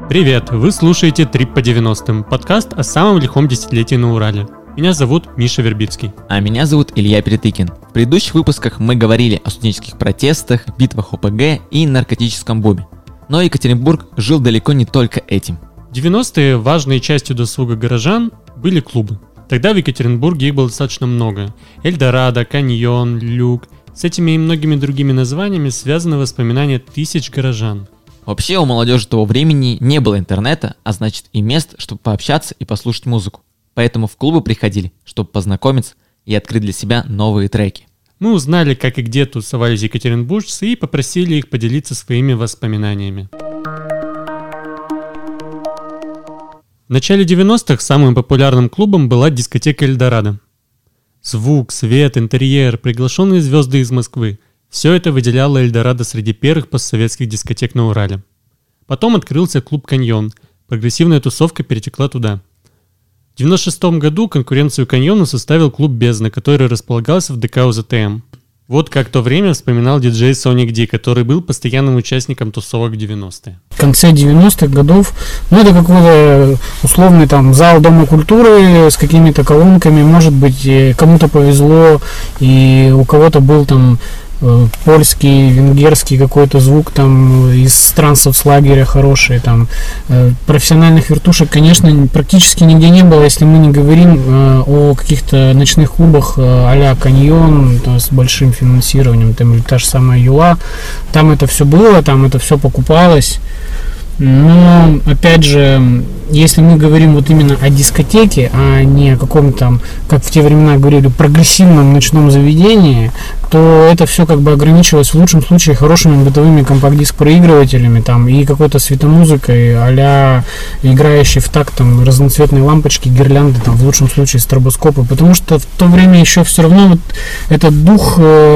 Привет, вы слушаете «Трип по 90-м», подкаст о самом лихом десятилетии на Урале. Меня зовут Миша Вербицкий. А меня зовут Илья Перетыкин. В предыдущих выпусках мы говорили о студенческих протестах, битвах ОПГ и наркотическом буме. Но Екатеринбург жил далеко не только этим. В 90-е важной частью досуга горожан были клубы. Тогда в Екатеринбурге их было достаточно много. Эльдорадо, Каньон, Люк. С этими и многими другими названиями связаны воспоминания тысяч горожан. Вообще у молодежи того времени не было интернета, а значит и мест, чтобы пообщаться и послушать музыку. Поэтому в клубы приходили, чтобы познакомиться и открыть для себя новые треки. Мы узнали, как и где тусовались екатеринбуржцы, и попросили их поделиться своими воспоминаниями. В начале 90-х самым популярным клубом была дискотека «Эльдорадо». Звук, свет, интерьер, приглашенные звезды из Москвы – все это выделяло «Эльдорадо» среди первых постсоветских дискотек на Урале. Потом открылся клуб «Каньон». Прогрессивная тусовка перетекла туда. В 1996 году конкуренцию «Каньону» составил клуб «Бездна», который располагался в ДК УЗТМ. Вот как в то время вспоминал диджей Соник Ди, который был постоянным участником тусовок в 90-е. В конце 90-х годов, это какой-то условный там зал Дома культуры с какими-то колонками, может быть, кому-то повезло, и у кого-то был там польский, венгерский какой-то звук там из трансов с лагеря хороший, там профессиональных вертушек, конечно, практически нигде не было, если мы не говорим о каких-то ночных клубах а-ля Каньон, с большим финансированием, там, или та же самая Юла, там это все было, там это все покупалось. Но, опять же, если мы говорим вот именно о дискотеке, а не о каком-то там, как в те времена говорили, прогрессивном ночном заведении, то это все как бы ограничивалось в лучшем случае хорошими бытовыми компакт-диск-проигрывателями там, и какой-то светомузыкой, а-ля играющей в такт там, разноцветные лампочки, гирлянды, там, в лучшем случае стробоскопы, потому что в то время еще все равно вот этот дух...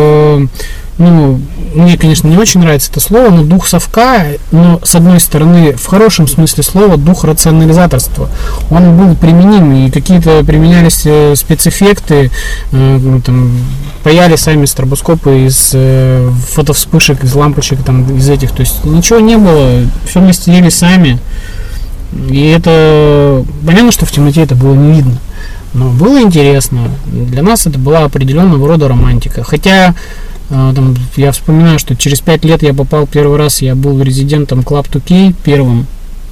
мне, конечно, не очень нравится это слово, но дух совка, но, с одной стороны, в хорошем смысле слова, дух рационализаторства, он был применим, и какие-то применялись спецэффекты, там, паяли сами стробоскопы из фотовспышек, из лампочек, там, из этих, то есть ничего не было, все мастерили сами, и это, понятно, что в темноте это было не видно, но было интересно, для нас это была определенного рода романтика, хотя... Там, я вспоминаю, что через 5 лет я попал первый раз, я был резидентом Club 2K первым,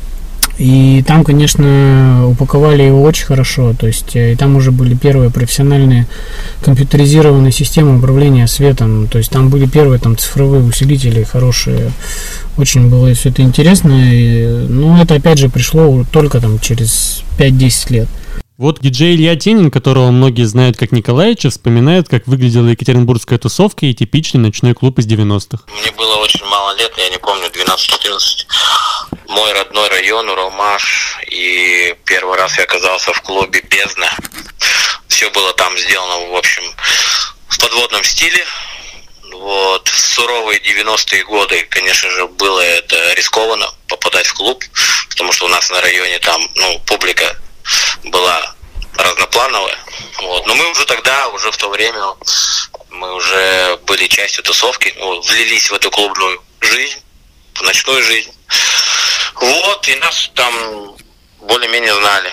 и там, конечно, упаковали его очень хорошо, то есть и там уже были первые профессиональные компьютеризированные системы управления светом, то есть там были первые там цифровые усилители хорошие, очень было все это интересно, но это опять же пришло только там через 5-10 лет. Вот диджей Илья Тенин, которого многие знают как Николаевича, вспоминает, как выглядела екатеринбургская тусовка и типичный ночной клуб из 90-х. Мне было очень мало лет, я не помню, 12-14. Мой родной район, Уралмаш, и первый раз я оказался в клубе «Бездна». Все было там сделано, в общем, в подводном стиле. Вот, в суровые 90-е годы, конечно же, было это рискованно попадать в клуб, потому что у нас на районе там, публика была разноплановая, вот. Но мы уже тогда, уже в то время, мы уже были частью тусовки, влились в эту клубную жизнь, в ночную жизнь, вот, и нас там более-менее знали.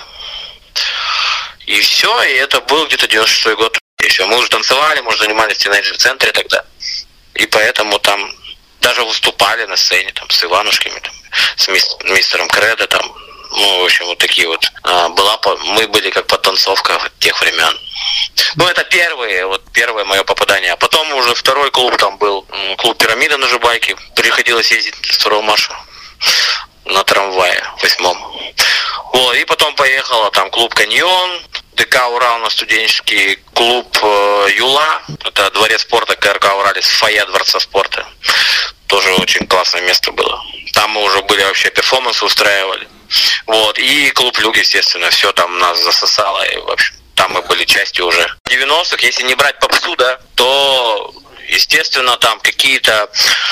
И все, и это был где-то 96-й год. Еще мы уже танцевали, мы уже занимались в тинейджер-центре тогда, и поэтому там даже выступали на сцене там с Иванушками, там, с мистером Кредо, там, в общем, вот такие вот. Мы были как подтанцовка тех времен. Это первое мое попадание. А потом уже второй клуб там был, клуб «Пирамида» на Жибайке. Приходилось ездить с Уралмаша на трамвае 8-м. Вот, и потом поехала там клуб «Каньон», ДК «Урал» на студенческий, клуб «Юла», это дворец спорта КРК «Уралец», фойе Дворца спорта. Тоже очень классное место было. Там мы уже были вообще перформансы устраивали. Вот, и клуб «Люк», естественно, все там нас засосало, и, в общем, там мы были частью уже 90-х, если не брать попсу, да, то, естественно, там какие-то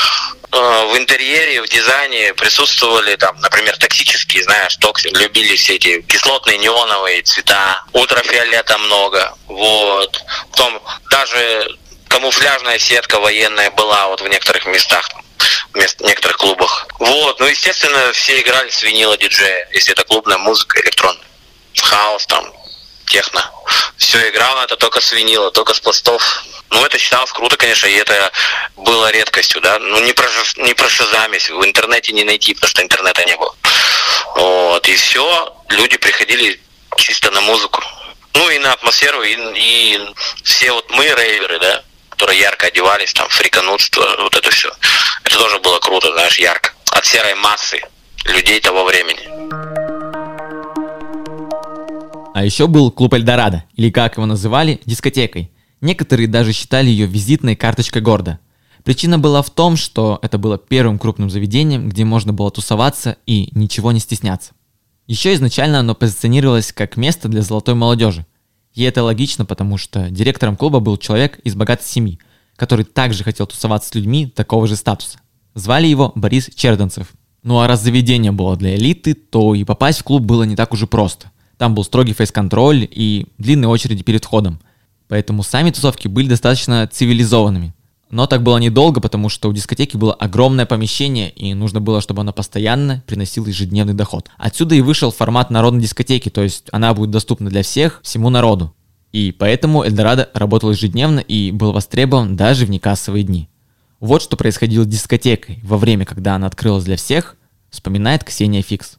в интерьере, в дизайне присутствовали, там, например, токсические, знаешь, любили все эти кислотные неоновые цвета, ультрафиолета много, вот, потом даже камуфляжная сетка военная была вот в некоторых местах, в некоторых клубах. Вот. Вот, ну, естественно, все играли с винила диджея, если это клубная музыка, электронная. Хаус, там, техно. Все играло это только с винила, только с пластов. Ну, это считалось круто, конечно, и это было редкостью, да. Ну, не прошизамить, в интернете не найти, потому что интернета не было. Вот, и все, люди приходили чисто на музыку. Ну, и на атмосферу, и все вот мы, рейверы, да, которые ярко одевались, там, фриканутство, вот это все. Это тоже было круто, знаешь, ярко. От серой массы людей того времени. А еще был клуб Эльдорадо, или как его называли, дискотекой. Некоторые даже считали ее визитной карточкой города. Причина была в том, что это было первым крупным заведением, где можно было тусоваться и ничего не стесняться. Еще изначально оно позиционировалось как место для золотой молодежи. И это логично, потому что директором клуба был человек из богатой семьи, который также хотел тусоваться с людьми такого же статуса. Звали его Борис Черданцев. Ну а раз заведение было для элиты, то и попасть в клуб было не так уж и просто. Там был строгий фейс-контроль и длинные очереди перед входом. Поэтому сами тусовки были достаточно цивилизованными. Но так было недолго, потому что у дискотеки было огромное помещение, и нужно было, чтобы оно постоянно приносило ежедневный доход. Отсюда и вышел формат народной дискотеки, то есть она будет доступна для всех, всему народу. И поэтому Эльдорадо работал ежедневно и был востребован даже в некассовые дни. Вот что происходило с дискотекой во время, когда она открылась для всех, вспоминает Ксения Фикс.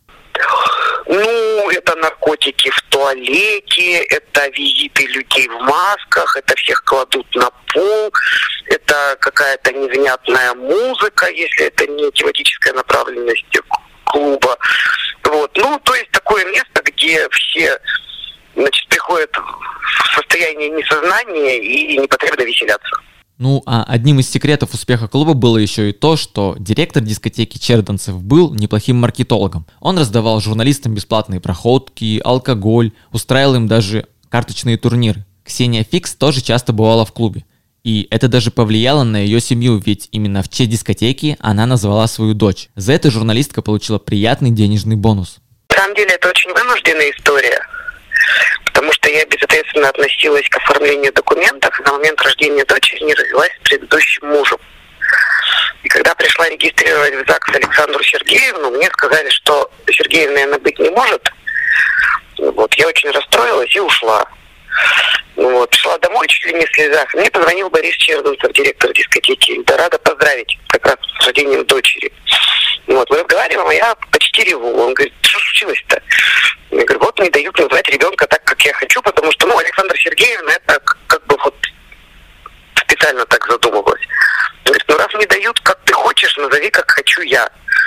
Ну, это наркотики в туалете, это визиты людей в масках, это всех кладут на пол, это какая-то невнятная музыка, если это не тематическая направленность клуба. Вот. Ну, то есть такое место, где все, значит, приходят в состояние несознания и непотребно веселятся. Ну, а одним из секретов успеха клуба было еще и то, что директор дискотеки Черданцев был неплохим маркетологом. Он раздавал журналистам бесплатные проходки, алкоголь, устраивал им даже карточные турниры. Ксения Фикс тоже часто бывала в клубе. И это даже повлияло на ее семью, ведь именно в честь дискотеки она назвала свою дочь. За это журналистка получила приятный денежный бонус. На самом деле это очень вынужденная история. Потому что я безответственно относилась к оформлению документов, на момент рождения дочери не развелась с предыдущим мужем. И когда пришла регистрировать в ЗАГС Александру Сергеевну, мне сказали, что Сергеевной она быть не может. Вот, я очень расстроилась и ушла. Вот, пришла домой чуть ли не в слезах. Мне позвонил Борис Черданцев, директор дискотеки Эльдорадо, поздравить как раз с рождением дочери. Вот, мы разговариваем, а я почти реву. Он говорит, что случилось-то? Я говорю, вот не дают назвать ребенка так, как я хочу, потому что, Александра Сергеевна, это как бы вот специально так задумывалась. Он говорит, раз не дают, как ты хочешь, назови, как хочу я.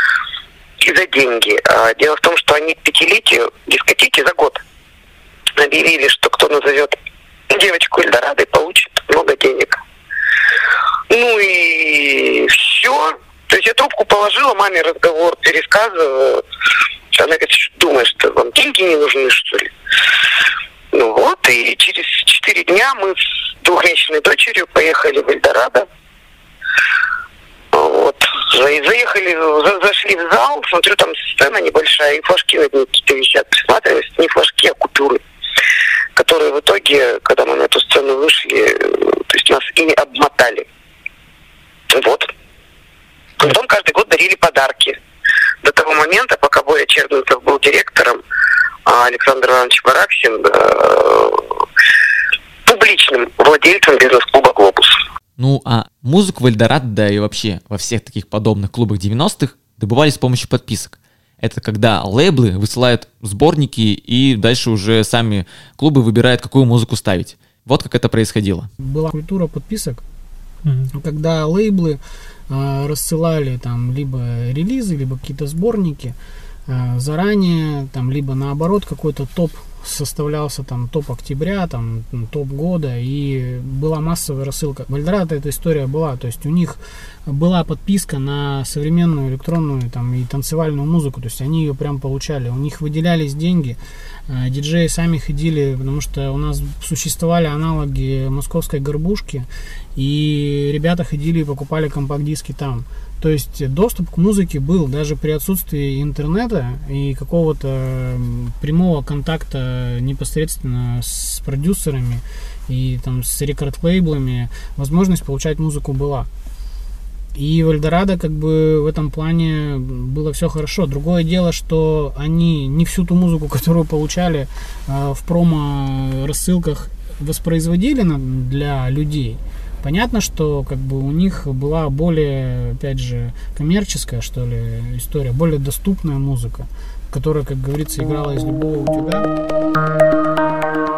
И за деньги. Дело в том, что они к 5-летию дискотеки за год объявили, что кто назовет девочку Эльдорадо, получит много денег. Ну и все. То есть я трубку положила, маме разговор пересказываю. Она говорит, что думаешь, что вам деньги не нужны, что ли? Ну вот, и через 4 дня мы с 2-месячной дочерью поехали в Эльдорадо. Вот. Зашли в зал, смотрю, там сцена небольшая, и флажки над ней какие-то висят. Присматриваюсь, не флажки, а купюры, которые в итоге, когда мы на эту сцену вышли, то есть нас и обмотали. Вот. Потом каждый год дарили подарки. До того момента, пока Боря Черданцев был директором, а Александр Иванович Вараксин публичным владельцем бизнес-клуба «Глобус». Ну а музыку в Эльдорадо, да и вообще во всех таких подобных клубах 90-х добывали с помощью подписок. Это когда лейблы высылают сборники и дальше уже сами клубы выбирают, какую музыку ставить. Вот как это происходило. Была культура подписок, когда лейблы рассылали там либо релизы, либо какие-то сборники заранее, там либо наоборот какой-то топ составлялся, там топ октября, там топ года, и была массовая рассылка. В Эльдорадо эта история была, то есть у них была подписка на современную электронную там и танцевальную музыку, то есть они ее прям получали, у них выделялись деньги, диджеи сами ходили, потому что у нас существовали аналоги московской горбушки, и ребята ходили и покупали компакт-диски там. То есть доступ к музыке был даже при отсутствии интернета и какого-то прямого контакта непосредственно с продюсерами и там с рекорд-лейблами. Возможность получать музыку была. И в Эльдорадо как бы в этом плане было все хорошо. Другое дело, что они не всю ту музыку, которую получали в промо-рассылках, воспроизводили для людей. Понятно, что как бы у них была более, опять же, коммерческая, что ли, история, более доступная музыка, которая, как говорится, играла из любого утюга.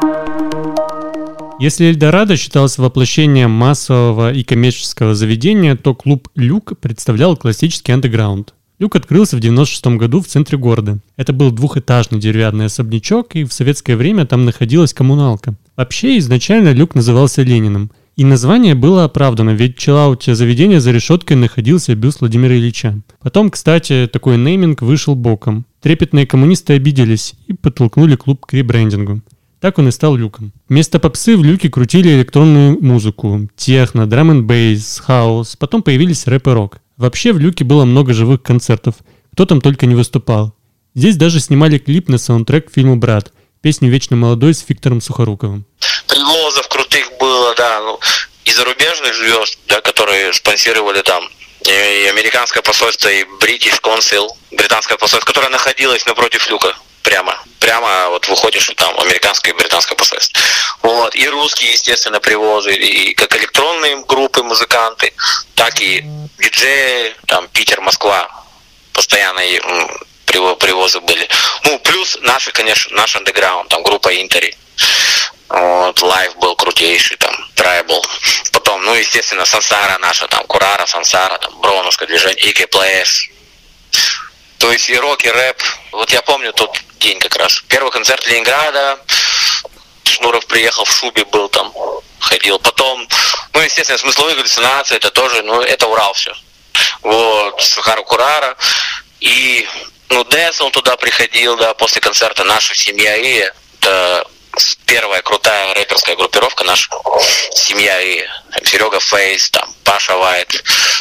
Если Эльдорадо считался воплощением массового и коммерческого заведения, то клуб «Люк» представлял классический андеграунд. «Люк» открылся в 1996 году в центре города. Это был двухэтажный деревянный особнячок, и в советское время там находилась коммуналка. Вообще, изначально «Люк» назывался «Лениным». И название было оправдано, ведь в чиллауте заведения за решеткой находился бюст Владимира Ильича. Потом, кстати, такой нейминг вышел боком. Трепетные коммунисты обиделись и подтолкнули клуб к ребрендингу. Так он и стал «Люком». Вместо попсы в «Люке» крутили электронную музыку, техно, драм-н-бейс, хаус, потом появились рэп и рок. Вообще в «Люке» было много живых концертов, кто там только не выступал. Здесь даже снимали клип на саундтрек к фильму «Брат», песню «Вечно молодой» с Виктором Сухоруковым. Привозов крутых было, да, и зарубежных звезд, да, которые спонсировали там и американское посольство, и British Council, британское посольство, которое находилось напротив «Люка». Прямо вот выходишь, там американское и британское посольство. Вот. И русские, естественно, привозы, и как электронные группы, музыканты, так и диджеи, там Питер, Москва, постоянно привозы были. Ну, плюс наши, конечно, наш андеграунд, там группа Интери. Вот, лайв был крутейший, там, Трайбл. Потом, ну, естественно, Сансара наша, там, Курара, Сансара, там, Броновское движение, ИК Плейс. То есть и рок, и рэп. Вот я помню тот день как раз. Первый концерт Ленинграда. Шнуров приехал в шубе, был там, ходил. Потом, ну, естественно, смысловые галлюцинации, это тоже, ну, это Урал все. Вот, Сахару Курара. И, ну, Десл туда приходил, да, после концерта «Наша семья». И это первая крутая рэперская группировка наша. «Семья». И Серега Фейс, там, Паша Вайт,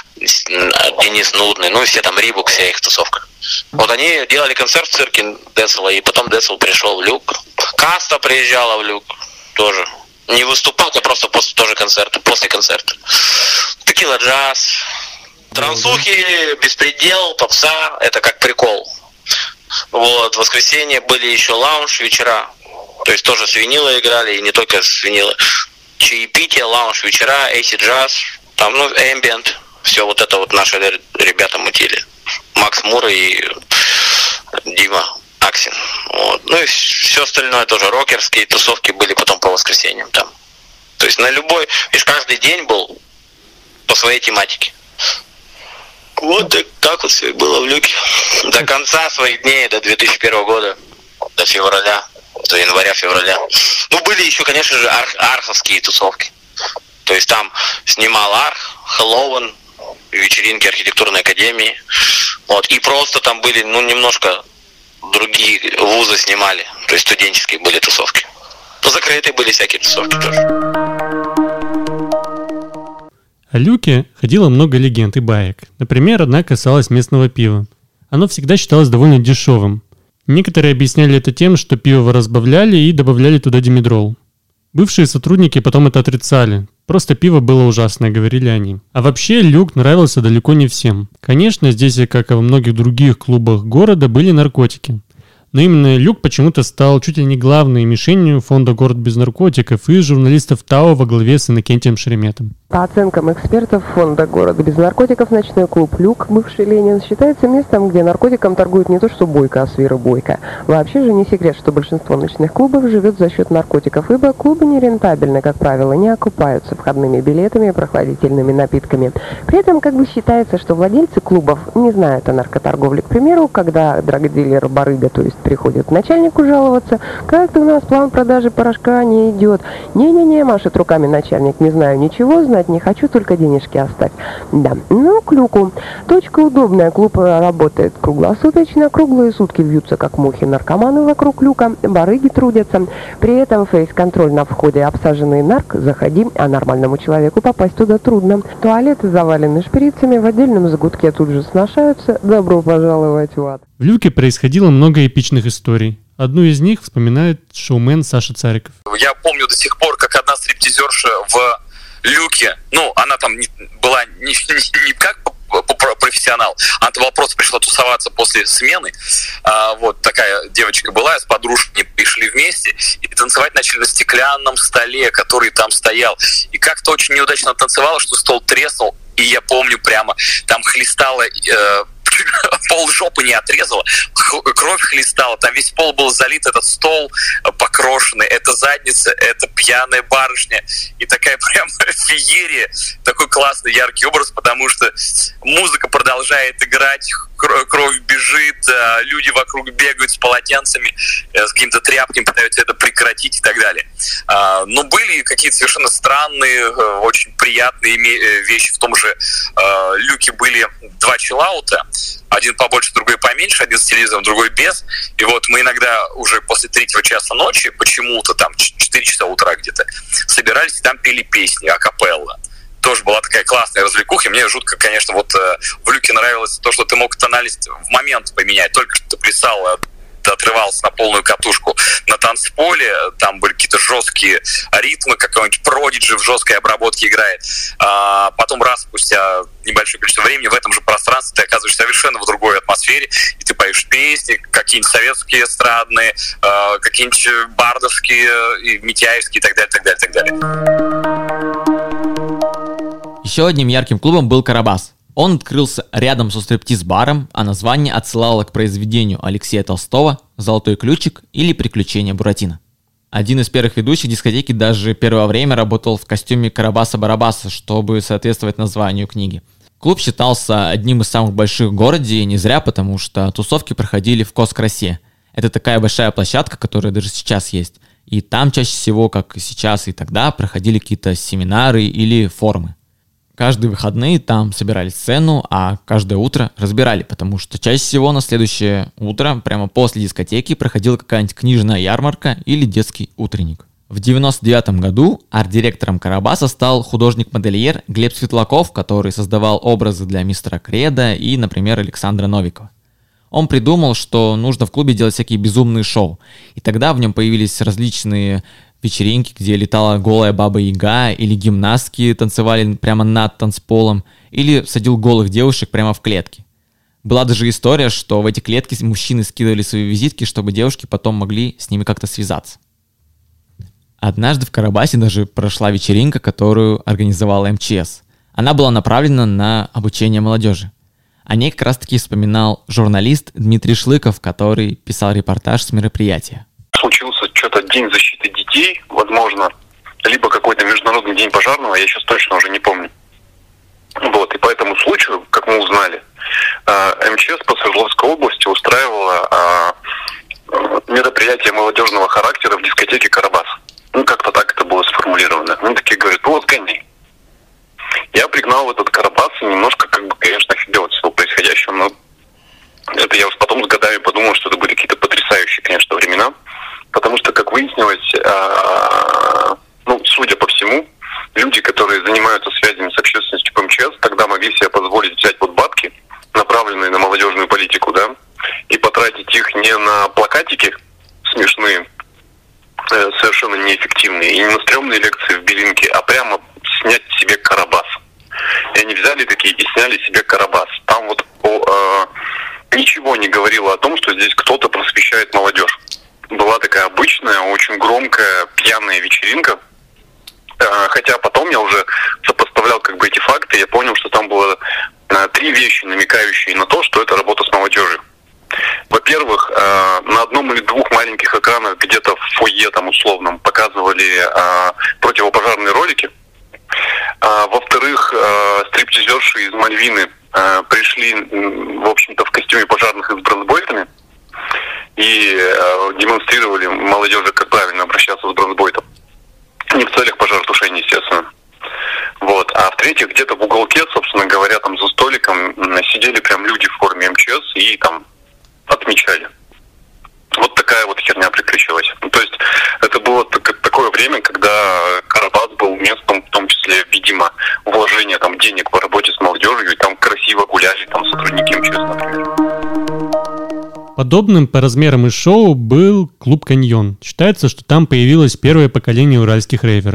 Денис Нудный, ну, и все там, Рибук, вся их тусовка. Вот они делали концерт в цирке Десла, и потом Десл пришел в «Люк». Каста приезжала в «Люк» тоже. Не выступал, а просто после концерта. Текила Джаз. Трансухи, беспредел, попса, это как прикол. Вот, в воскресенье были еще лаунж вечера. То есть тоже с винила играли, и не только с винила. Чаепитие, лаунж вечера, AC Jazz, там, ну, эмбиент. Все вот это вот наши ребята мутили. Макс Мур и Дима Аксин. Вот. Ну и все остальное тоже. Рокерские тусовки были потом по воскресеньям там. То есть на любой, видишь, каждый день был по своей тематике. Вот так вот все было в «Люке. До конца своих дней, до 2001 года, до февраля, до января-февраля. Ну, были еще, конечно же, арховские тусовки. То есть там снимал Арх, Хэллоуин, вечеринки архитектурной академии. Вот. И просто там были, ну, немножко другие вузы снимали. То есть студенческие были тусовки. Но закрытые были всякие тусовки тоже. О «Люке» ходило много легенд и баек. Например, одна касалась местного пива. Оно всегда считалось довольно дешевым. Некоторые объясняли это тем, что пиво разбавляли и добавляли туда димедрол. Бывшие сотрудники потом это отрицали. Просто пиво было ужасное, говорили они. А вообще «Люк» нравился далеко не всем. Конечно, здесь, как и во многих других клубах города, были наркотики. Но именно «Люк» почему-то стал чуть ли не главной мишенью фонда «Город без наркотиков» и журналистов ТАО во главе с Иннокентием Шереметом. По оценкам экспертов фонда «Город без наркотиков», ночной клуб «Люк», бывший «Ленин», считается местом, где наркотиком торгуют не то что Бойко, а Свира Бойко. Вообще же не секрет, что большинство ночных клубов живет за счет наркотиков, ибо клубы нерентабельны, как правило, не окупаются входными билетами и прохладительными напитками. При этом как бы считается, что владельцы клубов не знают о наркоторговле. К примеру, когда драгдилер барыга, то есть приходит к начальнику жаловаться, как-то у нас план продажи порошка не идет. Не-не-не, машет руками начальник, не знаю ничего, знать не хочу, только денежки оставь. Да, ну, к «Люку». Точка удобная, клуб работает круглосуточно, круглые сутки вьются как мухи наркоманы вокруг «Люка», барыги трудятся. При этом фейс-контроль на входе, обсаженный нарк, заходи, а нормальному человеку попасть туда трудно. Туалеты завалены шприцами, в отдельном закутке тут же сношаются. Добро пожаловать в ад. В «Люке» происходило много эпичных историй. Одну из них вспоминает шоумен Саша Цариков. Я помню до сих пор, как одна стриптизерша в люки, она там была не как профессионал, она была просто пришла тусоваться после смены. Вот такая девочка была, с подружками пришли вместе и танцевать начали на стеклянном столе, который там стоял. И как-то очень неудачно танцевала, что стол треснул, и я помню прямо, там хлестало... пол жопы не отрезала, кровь хлестала, там весь пол был залит, этот стол покрошенный, это задница, это пьяная барышня, и такая прям феерия, такой классный яркий образ, потому что музыка продолжает играть, кровь бежит, люди вокруг бегают с полотенцами, с какими-то тряпками, пытаются это прекратить и так далее. Но были какие-то совершенно странные, очень приятные вещи. В том же люке были 2 чиллаута, один побольше, другой поменьше, один с телевизором, другой без. И вот мы иногда уже после 3 часа ночи, почему-то там 4 часа утра где-то, собирались и там пели песни акапелла. Тоже была такая классная развлекуха. И мне жутко, конечно, вот в люке нравилось то, что ты мог тональность в момент поменять. Только что ты плясал, ты отрывался на полную катушку на танцполе, там были какие-то жесткие ритмы, какой-нибудь Продиджи в жесткой обработке играет. Потом раз спустя небольшое количество времени в этом же пространстве ты оказываешься совершенно в другой атмосфере, и ты поешь песни, какие-нибудь советские эстрадные, какие-нибудь бардовские, и митяевские и так далее, так далее, так далее. Еще одним ярким клубом был «Карабас». Он открылся рядом со стриптиз-баром, а название отсылало к произведению Алексея Толстого «Золотой ключик» или «Приключения Буратино». Один из первых ведущих дискотеки даже первое время работал в костюме Карабаса-Барабаса, чтобы соответствовать названию книги. Клуб считался одним из самых больших в городе, и не зря, потому что тусовки проходили в Коскрасе. Это такая большая площадка, которая даже сейчас есть. И там чаще всего, как и сейчас и тогда, проходили какие-то семинары или форумы. Каждые выходные там собирали сцену, а каждое утро разбирали, потому что чаще всего на следующее утро, прямо после дискотеки, проходила какая-нибудь книжная ярмарка или детский утренник. В 1999 году арт-директором Карабаса стал художник-модельер Глеб Светлаков, который создавал образы для мистера Креда и, например, Александра Новикова. Он придумал, что нужно в клубе делать всякие безумные шоу, и тогда в нем появились различные вечеринки, где летала голая баба-яга, или гимнастки танцевали прямо над танцполом, или садил голых девушек прямо в клетки. Была даже история, что в эти клетки мужчины скидывали свои визитки, чтобы девушки потом могли с ними как-то связаться. Однажды в Карабасе даже прошла вечеринка, которую организовала МЧС. Она была направлена на обучение молодежи. О ней как раз-таки вспоминал журналист Дмитрий Шлыков, который писал репортаж с мероприятия. Случился что-то День защиты детей, возможно, либо какой-то международный день пожарного, я сейчас точно уже не помню. Вот, и по этому случаю, как мы узнали, МЧС по Свердловской области устраивала мероприятие молодежного характера в дискотеке «Карабас». Как-то так это было сформулировано. Они такие говорят, вот гони. Я пригнал в этот «Карабас» и немножко, конечно, офигел от всего происходящего, но это я уж потом с годами подумал, что это были какие-то потрясающие, конечно, времена. Потому что, как выяснилось, судя по всему, люди, которые занимаются связями с общественностью по МЧС, тогда могли себе позволить взять вот бабки, направленные на молодежную политику, да, и потратить их не на плакатики смешные, совершенно неэффективные, и не на стрёмные лекции в Белинке, а прямо снять себе «Карабас». И они взяли такие и сняли себе «Карабас». Там вот ничего не говорило о том, что здесь кто-то просвещает молодежь. Была такая обычная, очень громкая, пьяная вечеринка. Хотя потом я уже сопоставлял эти факты, я понял, что там было 3 вещи, намекающие на то, что это работа с молодежью. Во-первых, на одном или 2 маленьких экранах где-то в фойе там условном показывали противопожарные ролики. Во-вторых, стриптизерши из Мальвины пришли, в общем-то, в костюме пожарных и с бронзбойтами и демонстрировали молодежи, как правильно обращаться с бронзбойтом. Не в целях пожаротушения, естественно. Вот. А в-третьих, где-то в уголке, собственно говоря, там за столиком сидели прям люди в форме МЧС и там отмечали. Вот такая вот херня приключилась. То есть это было такое время, когда Карабас был местом, в том числе, видимо, вложения там денег по работе с молодежью, и там красиво гуляли там сотрудники МЧС, например. Подобным по размерам и шоу был клуб «Каньон». Считается, что там появилось первое поколение уральских рейверов.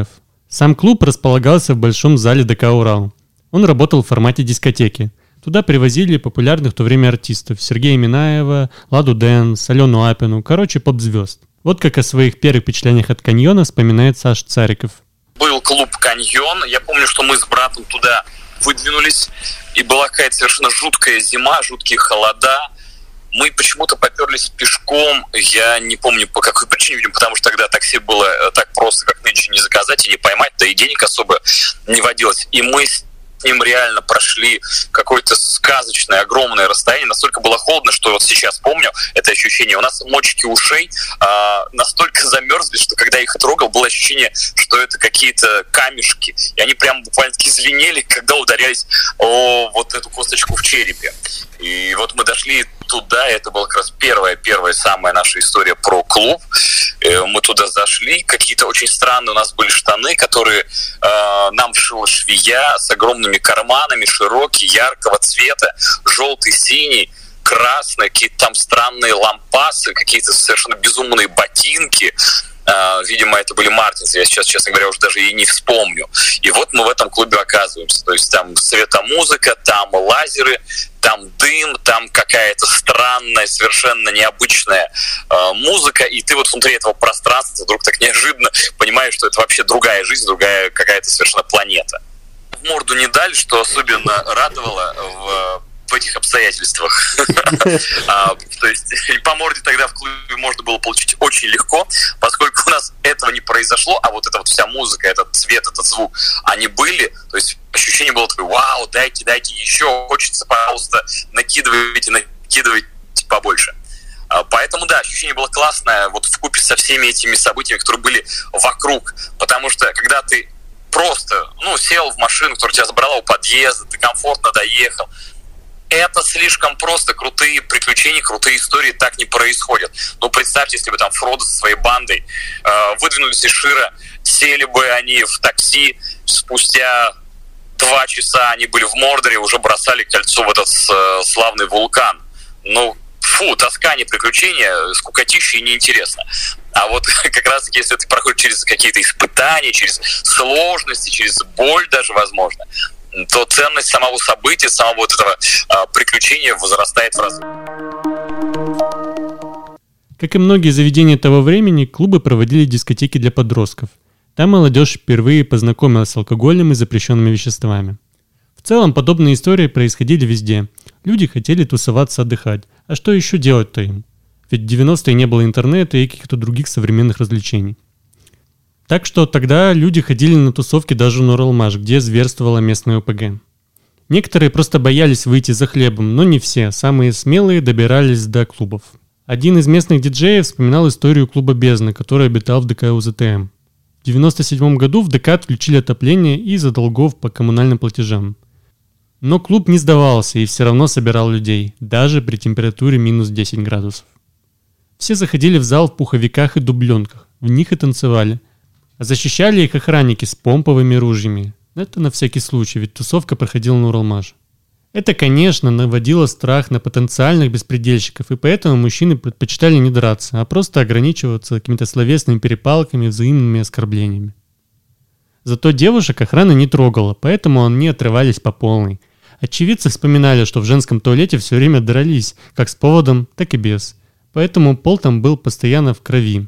Сам клуб располагался в большом зале ДК «Урал». Он работал в формате дискотеки. Туда привозили популярных в то время артистов: Сергея Минаева, Ладу Дэнс, Алену Апину, короче, поп-звезд. Вот как о своих первых впечатлениях от каньона вспоминает Саша Цариков. Был клуб «Каньон». Я помню, что мы с братом туда выдвинулись, и была какая-то совершенно жуткая зима, жуткие холода. Мы почему-то поперлись пешком, я не помню по какой причине, видимо, потому что тогда такси было так просто, как нынче, не заказать и не поймать, да и денег особо не водилось. И мы с ним реально прошли какое-то сказочное, огромное расстояние. Настолько было холодно, что вот сейчас помню это ощущение. У нас мочки ушей настолько замерзли, что когда их трогал, было ощущение, что это какие-то камешки. И они прям буквально-таки звенели, когда ударялись о вот эту косточку в черепе. И вот мы дошли туда, это была как раз первая самая наша история про клуб. Мы туда зашли, какие-то очень странные у нас были штаны, которые нам шила швея с огромными карманами, широкие, яркого цвета, желтый, синий, красный, какие-то там странные лампасы, какие-то совершенно безумные ботинки. Видимо, это были мартинсы, я сейчас, честно говоря, уже даже и не вспомню. И вот мы в этом клубе оказываемся. То есть там светомузыка, там лазеры, там дым, там какая-то странная, совершенно необычная музыка. И ты вот внутри этого пространства вдруг так неожиданно понимаешь, что это вообще другая жизнь, другая какая-то совершенно планета. В морду не дали, что особенно радовало в этих обстоятельствах. То есть по морде тогда в клубе можно было получить очень легко, поскольку у нас этого не произошло, а вот эта вот вся музыка, этот цвет, этот звук, они были, то есть ощущение было такое: вау, дайте еще, хочется, пожалуйста, накидывайте побольше. Поэтому, да, ощущение было классное, вот вкупе со всеми этими событиями, которые были вокруг, потому что когда ты просто, сел в машину, которая тебя забрала у подъезда, ты комфортно доехал, это слишком просто. Крутые приключения, крутые истории так не происходят. Представьте, если бы там Фродо со своей бандой выдвинулись из Шира, сели бы они в такси, спустя 2 часа они были в Мордоре, уже бросали кольцо в этот славный вулкан. Тоска, не приключения, скукотища и неинтересно. А вот как раз таки, если ты проходишь через какие-то испытания, через сложности, через боль даже, возможно, то ценность самого события, самого вот этого приключения возрастает в разы. Как и многие заведения того времени, клубы проводили дискотеки для подростков. Там молодежь впервые познакомилась с алкогольными и запрещенными веществами. В целом, подобные истории происходили везде. Люди хотели тусоваться, отдыхать. А что еще делать-то им? Ведь в 90-е не было интернета и каких-то других современных развлечений. Так что тогда люди ходили на тусовки даже на Уралмаш, где зверствовала местная ОПГ. Некоторые просто боялись выйти за хлебом, но не все. Самые смелые добирались до клубов. Один из местных диджеев вспоминал историю клуба «Бездна», который обитал в ДК УЗТМ. В 1997 году в ДК отключили отопление из-за долгов по коммунальным платежам. Но клуб не сдавался и все равно собирал людей, даже при температуре минус 10 градусов. Все заходили в зал в пуховиках и дубленках, в них и танцевали. А защищали их охранники с помповыми ружьями. Это на всякий случай, ведь тусовка проходила на Уралмаше. Это, конечно, наводило страх на потенциальных беспредельщиков, и поэтому мужчины предпочитали не драться, а просто ограничиваться какими-то словесными перепалками, взаимными оскорблениями. Зато девушек охрана не трогала, поэтому они отрывались по полной. Очевидцы вспоминали, что в женском туалете все время дрались, как с поводом, так и без. Поэтому пол там был постоянно в крови.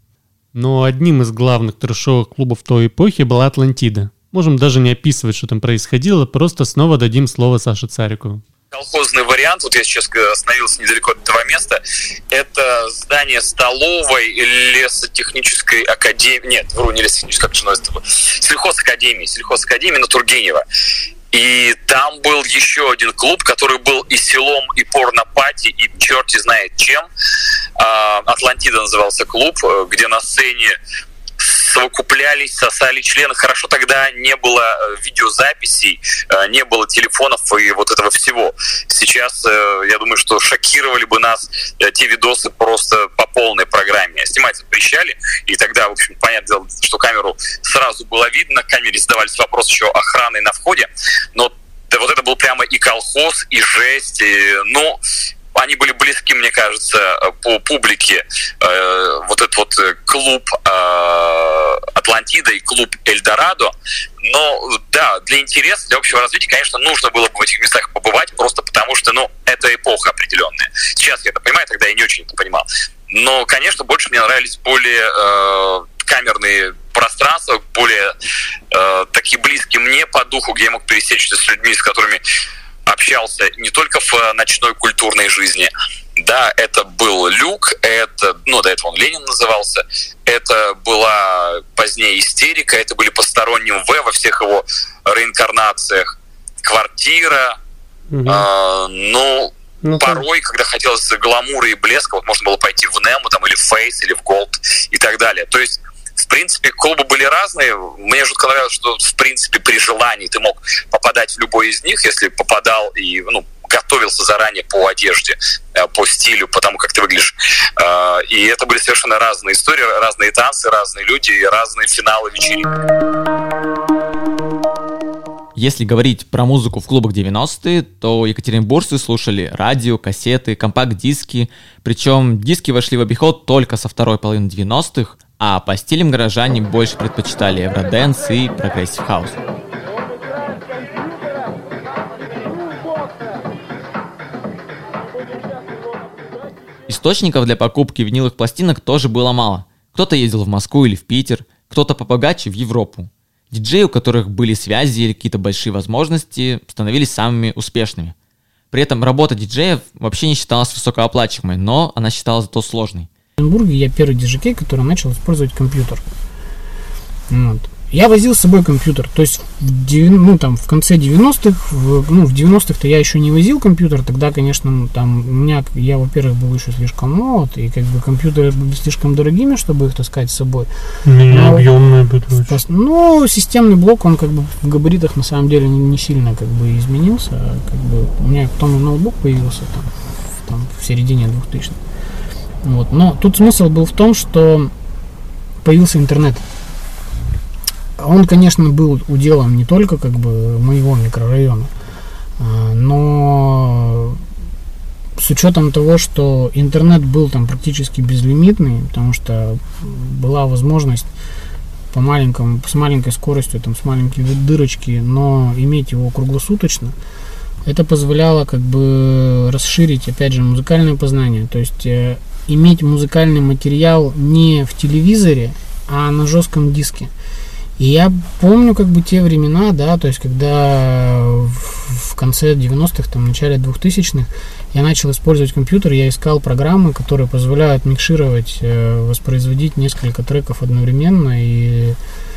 Но одним из главных трэшовых клубов той эпохи была «Атлантида». Можем даже не описывать, что там происходило, просто снова дадим слово Саше Царикову. Колхозный вариант, вот я сейчас остановился недалеко от этого места, это здание столовой лесотехнической академии, не лесотехнической, как же называется, сельхозакадемии на Тургенева. И там был еще один клуб, который был и селом, и порно-пати, и черти знает чем. «Атлантида» назывался клуб, где на сцене совокуплялись, сосали члены. Хорошо, тогда не было видеозаписей, не было телефонов и вот этого всего. Сейчас, я думаю, что шокировали бы нас те видосы просто по полной программе. Снимать запрещали, и тогда, в общем, понятно, что камеру сразу было видно, камере задавались вопросы еще охраной на входе, но вот это был прямо и колхоз, и жесть, они были близки, мне кажется, по публике. Вот этот вот клуб Атлантида и клуб Эльдорадо. Но да, для интереса, для общего развития, конечно, нужно было бы в этих местах побывать, просто потому что, это эпоха определенная. Сейчас я это понимаю, тогда я не очень это понимал. Но, конечно, больше мне нравились более камерные пространства, более такие близкие мне по духу, где я мог пересечься с людьми, с которыми общался не только в ночной культурной жизни. Да, это был Люк, это, до этого он Ленин назывался, это была позднее Истерика, это были Посторонним В во всех его реинкарнациях, Квартира, порой, когда хотелось гламура и блеска, вот можно было пойти в Немо, там, или в Фейс, или в Голд и так далее. То есть, в принципе, клубы были разные. Мне жутко нравилось, что, в принципе, при желании ты мог попадать в любой из них, если попадал и, готовился заранее по одежде, по стилю, по тому, как ты выглядишь. И это были совершенно разные истории, разные танцы, разные люди и разные финалы вечеринок. Если говорить про музыку в клубах 90-е, то екатеринбуржцы слушали радио, кассеты, компакт-диски. Причем диски вошли в обиход только со второй половины 90-х, а по стилям горожане больше предпочитали евродэнс и прогрессив хаус. Источников для покупки виниловых пластинок тоже было мало. Кто-то ездил в Москву или в Питер, кто-то побогаче в Европу. Диджеи, у которых были связи или какие-то большие возможности, становились самыми успешными. При этом работа диджеев вообще не считалась высокооплачиваемой, но она считалась зато сложной. В Оренбурге я первый диджей, который начал использовать компьютер. Вот. Я возил с собой компьютер, то есть в конце 90-х, в 90-х-то я еще не возил компьютер, тогда, конечно, я, во-первых, был еще слишком молод, и компьютеры были слишком дорогими, чтобы их таскать с собой. Объемные были очень. Системный блок, он в габаритах на самом деле не сильно изменился, у меня потом ноутбук появился в середине 2000-х. Вот. Но тут смысл был в том, что появился интернет. Он, конечно, был уделом не только моего микрорайона, но с учетом того, что интернет был там практически безлимитный, потому что была возможность с маленькой скоростью, с маленькой дырочки, но иметь его круглосуточно, это позволяло расширить, опять же, музыкальное познание, то есть иметь музыкальный материал не в телевизоре, а на жестком диске. И я помню те времена, да, то есть когда в конце 90-х, в начале 2000-х я начал использовать компьютер, я искал программы, которые позволяют микшировать, воспроизводить несколько треков одновременно и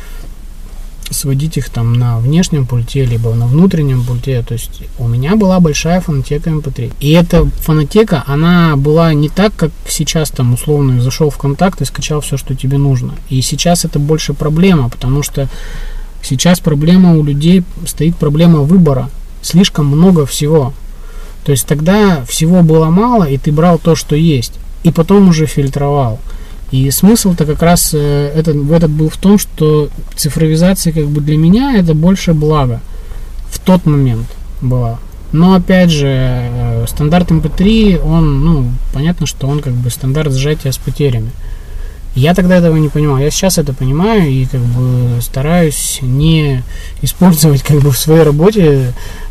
сводить их на внешнем пульте, либо на внутреннем пульте. То есть у меня была большая фонотека MP3. И эта фонотека, она была не так, как сейчас условно зашел в контакт и скачал все, что тебе нужно. И сейчас это больше проблема, потому что сейчас у людей стоит проблема выбора. Слишком много всего. То есть тогда всего было мало, и ты брал то, что есть, и потом уже фильтровал. И смысл-то как раз этот был в том, что цифровизация для меня это больше благо в тот момент была. Но опять же, стандарт MP3, он, понятно, что он стандарт сжатия с потерями. Я тогда этого не понимал. Я сейчас это понимаю и стараюсь не использовать в своей работе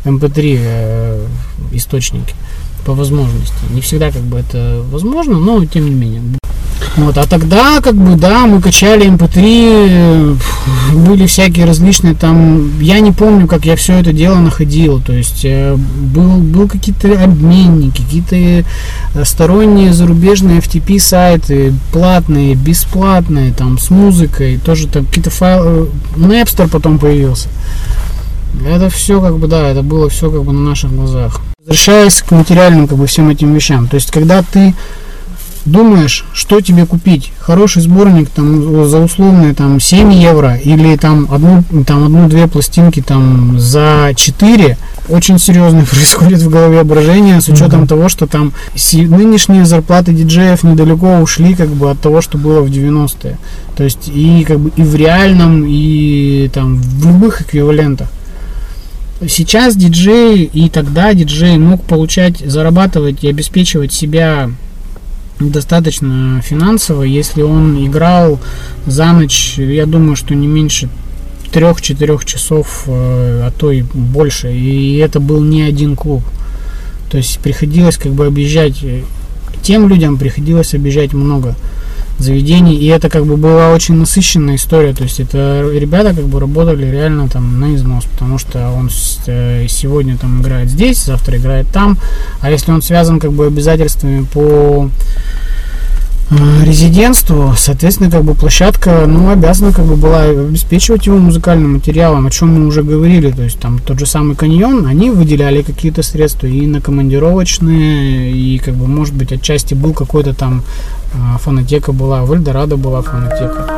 MP3 источники по возможности. Не всегда это возможно, но тем не менее. Вот, а тогда, да, мы качали MP3, были всякие различные я не помню, как я все это дело находил, то есть был какие-то обменники, какие-то сторонние зарубежные FTP сайты, платные, бесплатные, с музыкой, тоже какие-то файлы, Napster потом появился. Это все, это было все на наших глазах. Возвращаясь к материальным, всем этим вещам, то есть когда ты думаешь, что тебе купить, хороший сборник за условные 7 евро или одну-две пластинки за 4, очень серьезно происходит в голове брожение с учетом того, что нынешние зарплаты диджеев недалеко ушли от того, что было в 90-е. То есть и в реальном, и в любых эквивалентах. Сейчас диджей и тогда диджей мог зарабатывать и обеспечивать себя достаточно финансово. Если он играл за ночь, я думаю, что не меньше 3-4 часов, а то и больше. И это был не один клуб. То есть приходилось как бы объезжать, тем людям приходилось объезжать много заведений, и это как бы была очень насыщенная история. То есть это ребята как бы работали реально там на износ, потому что он сегодня там играет здесь, завтра играет там, а если он связан как бы обязательствами по резидентству, соответственно, как бы площадка, обязана как бы была обеспечивать его музыкальным материалом, о чем мы уже говорили. То есть там тот же самый Каньон, они выделяли какие-то средства и на командировочные, и как бы, может быть, отчасти был какой-то там фонотека была, в Эльдорадо была фонотека.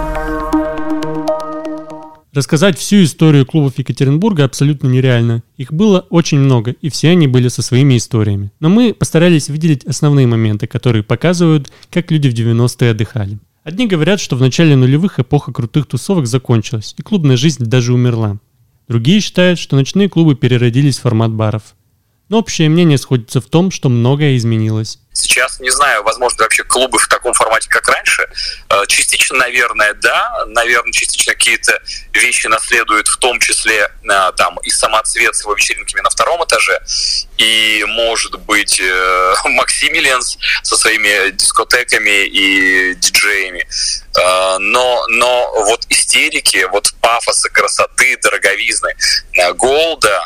Рассказать всю историю клубов Екатеринбурга абсолютно нереально. Их было очень много, и все они были со своими историями. Но мы постарались выделить основные моменты, которые показывают, как люди в 90-е отдыхали. Одни говорят, что в начале нулевых эпоха крутых тусовок закончилась, и клубная жизнь даже умерла. Другие считают, что ночные клубы переродились в формат баров. Но общее мнение сходится в том, что многое изменилось. Сейчас, не знаю, возможно, вообще клубы в таком формате, как раньше. Частично, наверное, да. Наверное, частично какие-то вещи наследуют, в том числе там и самоцвет с его вечеринками на 2-м этаже. И, может быть, Максимилианс со своими дискотеками и диджеями. Но вот истерики, вот пафоса, красоты, дороговизны, Голда,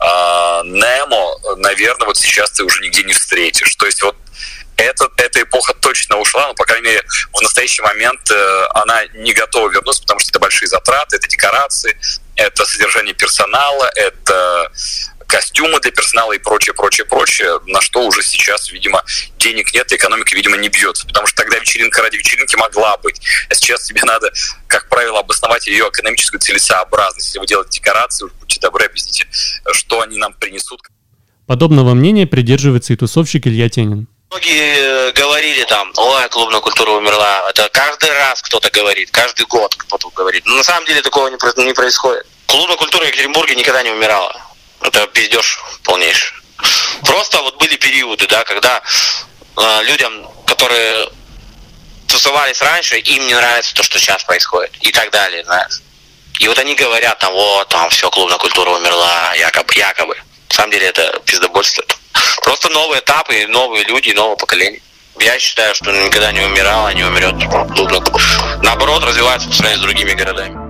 Немо, наверное, вот сейчас ты уже нигде не встретишь. То есть вот эта эпоха точно ушла, но, по крайней мере, в настоящий момент она не готова вернуться, потому что это большие затраты, это декорации, это содержание персонала, это костюмы для персонала и прочее, на что уже сейчас, видимо, денег нет, и экономика, видимо, не бьется. Потому что тогда вечеринка ради вечеринки могла быть. А сейчас тебе надо, как правило, обосновать ее экономическую целесообразность. Если вы делаете декорации, будьте добры, объясните, что они нам принесут. Подобного мнения придерживается и тусовщик Илья Тенин. Многие говорили там, ой, клубная культура умерла. Это каждый раз кто-то говорит, каждый год кто-то говорит. Но на самом деле такого не происходит. Клубная культура в Екатеринбурге никогда не умирала. Это пиздеж полнейший. Просто вот были периоды, да, когда людям, которые тусовались раньше, им не нравится то, что сейчас происходит. И так далее, знаешь. И вот они говорят там, вот, там все, клубная культура умерла, якобы. На самом деле это пиздобольство. Просто новый этап и новые люди, новое поколение. Я считаю, что никогда не умирала, не умрет. Наоборот, развивается по сравнению с другими городами.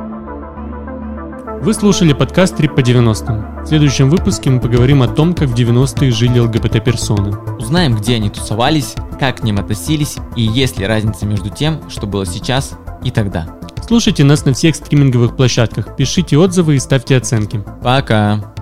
Вы слушали подкаст «Трип по 90-м». В следующем выпуске мы поговорим о том, как в 90-е жили ЛГБТ-персоны. Узнаем, где они тусовались, как к ним относились и есть ли разница между тем, что было сейчас и тогда. Слушайте нас на всех стриминговых площадках, пишите отзывы и ставьте оценки. Пока!